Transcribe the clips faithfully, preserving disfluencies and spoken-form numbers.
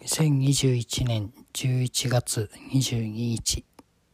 にせんにじゅういちねんじゅういちがつにじゅうににち。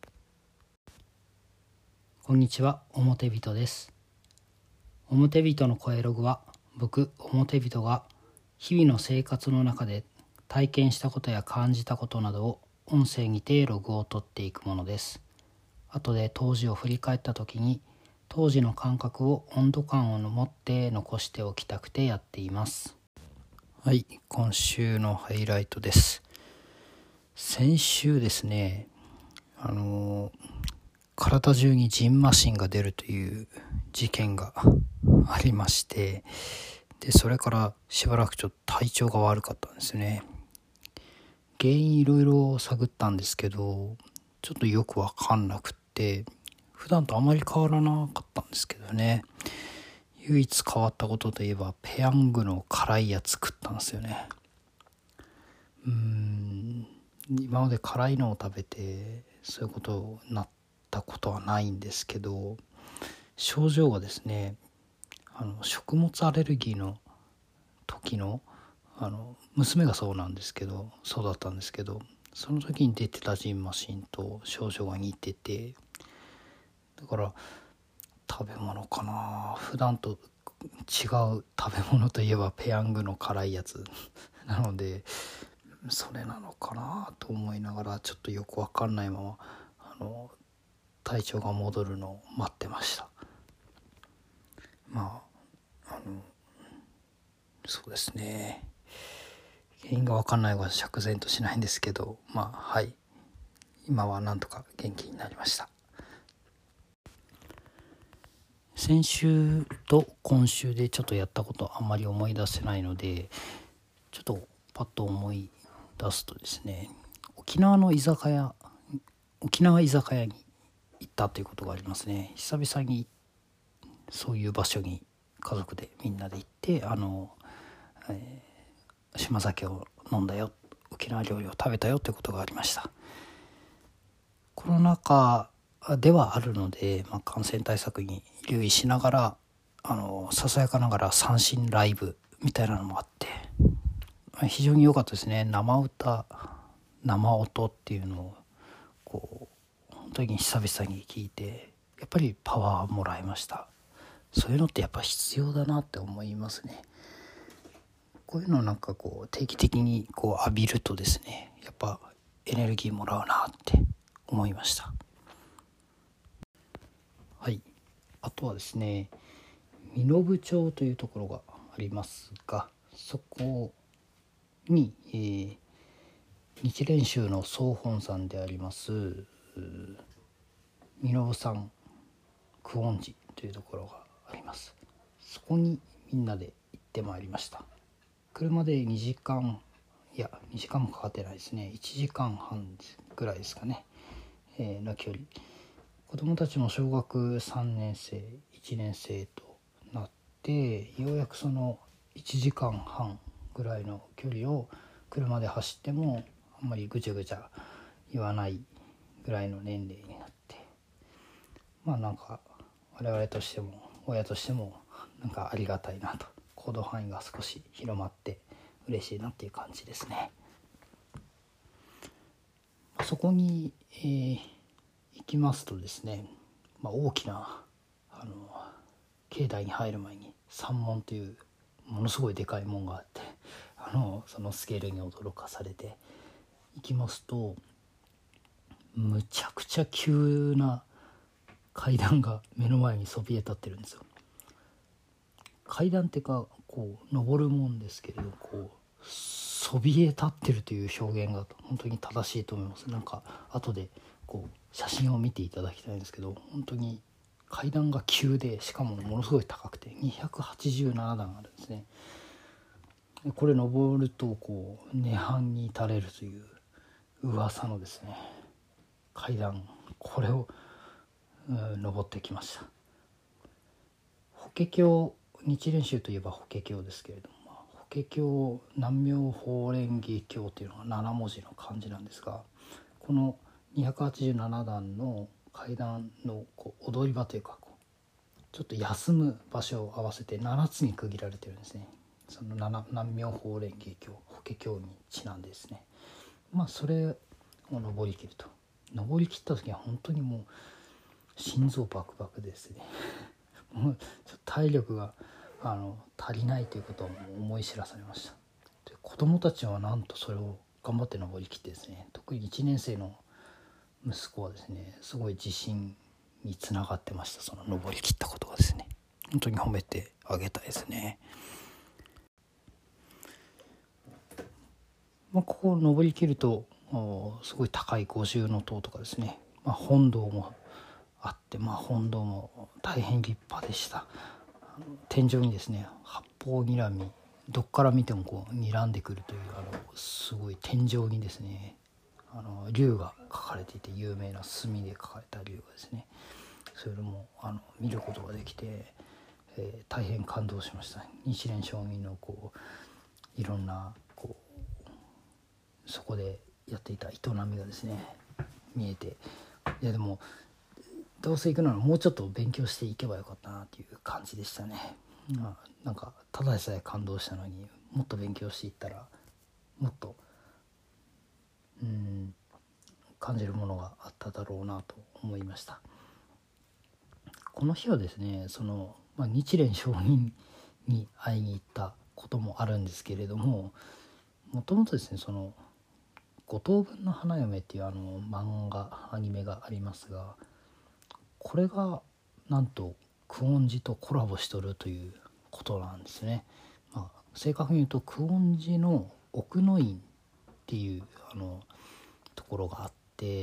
こんにちは、表人です。表人の声ログは、僕表人が日々の生活の中で体験したことや感じたことなどを音声にてログを取っていくものです。後で当時を振り返った時に当時の感覚を温度感を持って残しておきたくてやっています。はい、今週のハイライトです。先週ですね、あの体中にジンマシンが出るという事件がありまして、でそれからしばらくちょっと体調が悪かったんですね。原因いろいろ探ったんですけど、ちょっとよくわかんなくって、普段とあまり変わらなかったんですけどね。唯一変わったことといえばペヤングの辛いやつ食ったんですよね。うーん今まで辛いのを食べてそういうことになったことはないんですけど、症状がですね、あの食物アレルギーの時のあの娘がそうなんですけどそうだったんですけどその時に出てたジンマシンと症状が似てて、だから食べ物かな、普段と違う食べ物といえばペヤングの辛いやつなので、それなのかなと思いながら、ちょっとよくわかんないままあの体調が戻るのを待ってました。まああのそうですね、原因がわかんないは釈然としないんですけど、まあはい今はなんとか元気になりました。先週と今週でちょっとやったことあんまり思い出せないので、ちょっとパッと思い出すとですね、沖縄の居酒屋沖縄居酒屋に行ったということがありますね。久々にそういう場所に家族でみんなで行って、あの、えー、島酒を飲んだよ、沖縄料理を食べたよということがありました。コロナ禍ではあるので、まあ、感染対策に留意しながら、あのささやかながら三振ライブみたいなのもあって、非常に良かったですね。生歌生音っていうのをこう本当に久々に聞いて、やっぱりパワーもらいました。そういうのってやっぱ必要だなって思いますね。こういうのなんかこう定期的にこう浴びるとですね、やっぱエネルギーもらうなって思いました。はい、あとはですね、身延町というところがありますが、そこに、えー、日蓮宗の総本山であります身延山久遠寺というところがあります。そこにみんなで行ってまいりました。車でにじかん、いやにじかんもかかってないですね、いちじかんはんぐらいですかね、えー、の距離。子どもたちも小学さんねんせいいちねんせいとなって、ようやくそのいちじかんはんぐらいの距離を車で走ってもあんまりぐちゃぐちゃ言わないぐらいの年齢になって、まあなんか我々としても親としてもなんかありがたいなと、行動範囲が少し広まって嬉しいなっていう感じですね。そこに、えー、行きますとですね、まあ、大きなあの境内に入る前に山門というものすごいでかい門があって、あのそのスケールに驚かされて行きますと、むちゃくちゃ急な階段が目の前にそびえ立ってるんですよ。階段っていうかこう登るもんですけれど、こうそびえ立ってるという表現が本当に正しいと思います。なんか後でこう写真を見ていただきたいんですけど、本当に階段が急で、しかもものすごい高くてにひゃくはちじゅうななだんあるんですね。これ登るとこう涅槃に至れるという噂のですね階段、これを、うん、登ってきました。法華経、日蓮宗といえば法華経ですけれども、法華経南無妙法蓮華経というのがななもじの漢字なんですが、このにひゃくはちじゅうななだんの階段のこう踊り場というか、こうちょっと休む場所を合わせてななつに区切られてるんですね。 その南南妙法蓮華経法華経にちなんでですね、まあそれを登りきると登りきった時は本当にもう心臓バクバクですねもうちょっと体力があの足りないということを思い知らされました。で子どもたちはなんとそれを頑張って登りきってですね、特にいちねん生の息子はですねすごい自信につながってました。その登りきったことがですね本当に褒めてあげたいですね。まあ、ここを登りきるとすごい高い五重塔とかですね、まあ、本堂もあって、まあ、本堂も大変立派でした。天井にですね八方睨み、どっから見てもこう睨んでくるというあのすごい天井にですねあの龍が描かれていて、有名な墨で描かれた龍がですね、それもあの見ることができて、えー、大変感動しました。日蓮聖人のこういろんなこうそこでやっていた営みがですね見えて、いやでもどうせ行くならもうちょっと勉強していけばよかったなっていう感じでしたね。まあ、なんかただでさえ感動したのにもっと勉強していったらもっとうん感じるものがあっただろうなと思いました。この日はですねその、まあ、日蓮聖人に会いに行ったこともあるんですけれども、もともとですねその五等分の花嫁っていうあの漫画アニメがありますが、これがなんと久遠寺とコラボしとるということなんですね。まあ、正確に言うと久遠寺の奥の院っていうあのところがあって、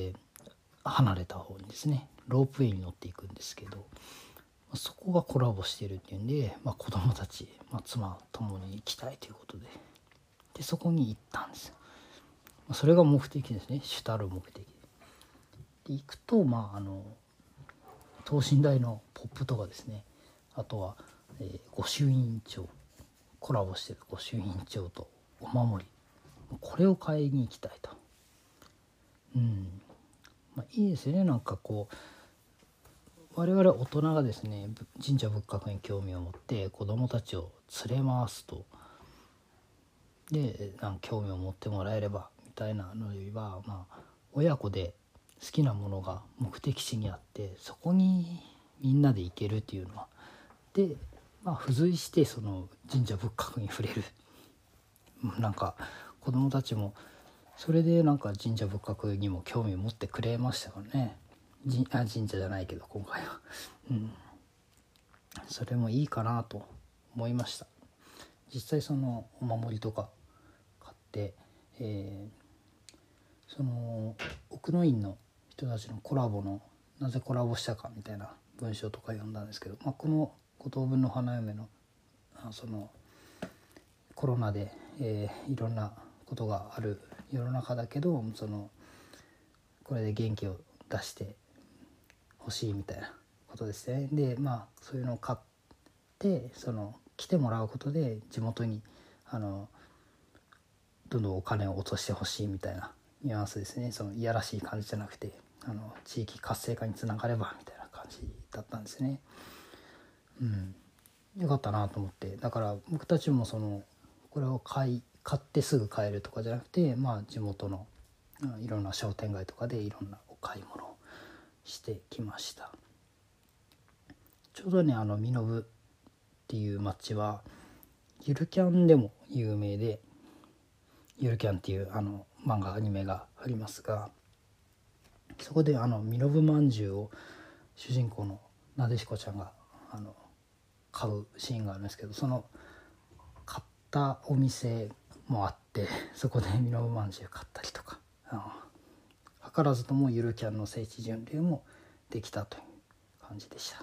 離れた方にですねロープウェイに乗っていくんですけど、そこがコラボしてるっていうんで、まあ、子供たち、まあ、妻ともに行きたいということで、でそこに行ったんですよ。それが目的ですね、主たる目的で。で行くとまああの等身大のポップとかですね、あとは、えー、御朱印帳、コラボしてる御朱印帳とお守り、これを買いに行きたいと。うんまあ、いいですよね。なんかこう我々大人がですね神社仏閣に興味を持って子どもたちを連れ回すと、でなんか興味を持ってもらえればみたいなのよりは、まあ、親子で好きなものが目的地にあってそこにみんなで行けるっていうのはで、まあ、付随してその神社仏閣に触れる、なんか子どもたちもそれでなんか神社仏閣にも興味を持ってくれましたからね。神あ神社じゃないけど今回は、うん、それもいいかなと思いました。実際そのお守りとか買って、えー、その奥の院の人たちのコラボのなぜコラボしたかみたいな文章とか読んだんですけど、まあ、この五等分の花嫁のあそのコロナで、えー、いろんなことがある世の中だけど、そのこれで元気を出してほしいみたいなことですね。でまあそういうのを買ってその来てもらうことで地元にあのどんどんお金を落としてほしいみたいなニュアンスですね。そのいやらしい感じじゃなくてあの地域活性化につながればみたいな感じだったんですね。うん、よかったなと思って、だから僕たちもそのこれを買い買ってすぐ買えるとかじゃなくて、まあ地元のいろんな商店街とかでいろんなお買い物をしてきました。ちょうどねあの身延っていう町はゆるキャンでも有名で、ゆるキャンっていうあの漫画アニメがありますが、そこであの身延まんじゅうを主人公のなでしこちゃんがあの買うシーンがあるんですけど、その買ったお店もあってそこで身延まんじゅう買ったりとか、あの図らずともゆるキャンの聖地巡礼もできたという感じでした。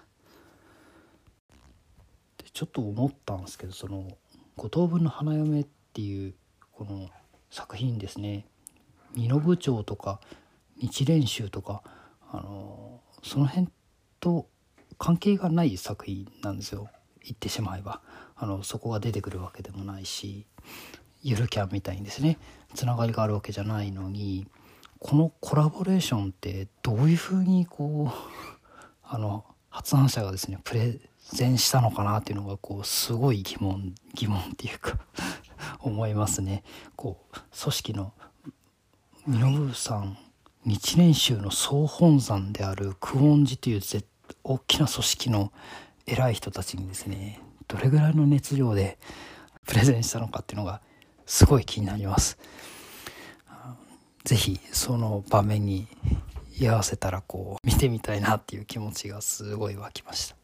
でちょっと思ったんですけど、その五等分の花嫁っていうこの作品ですね、身延町とか日蓮宗とかあのその辺と関係がない作品なんですよ。言ってしまえばあのそこが出てくるわけでもないし、ゆるキャンみたいにですねつながりがあるわけじゃないのに、このコラボレーションってどういうふうにこうあの発案者がですねプレゼンしたのかなっていうのがこうすごい疑問疑問っていうか思いますね。こう組織の身延山日蓮宗の総本山である久遠寺という絶大きな組織の偉い人たちにですね、どれぐらいの熱量でプレゼンしたのかっていうのがすごい気になります。ぜひその場面に居合わせたらこう見てみたいなっていう気持ちがすごい湧きました。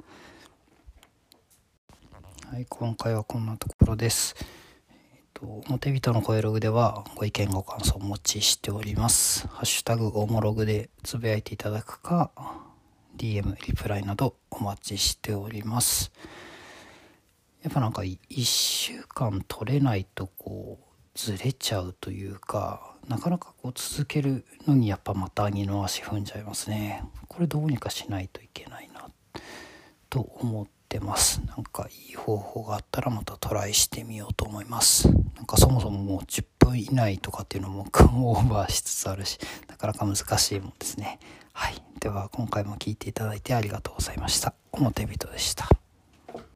はい、今回はこんなところです。えっと、表人の声ログではご意見ご感想をお持ちしております。ハッシュタグおもログでつぶやいていただくか ディーエム リプライなどお待ちしております。やっぱなんかいっしゅうかん取れないとこうずれちゃうというか、なかなかこう続けるのにやっぱまた二の足踏んじゃいますね。これどうにかしないといけないなと思ってます。なんかいい方法があったらまたトライしてみようと思います。なんかそもそももうじゅっぷん以内とかっていうのもオーバーしつつあるし、なかなか難しいもんですね。はい、では今回も聞いていただいてありがとうございました。表人でした。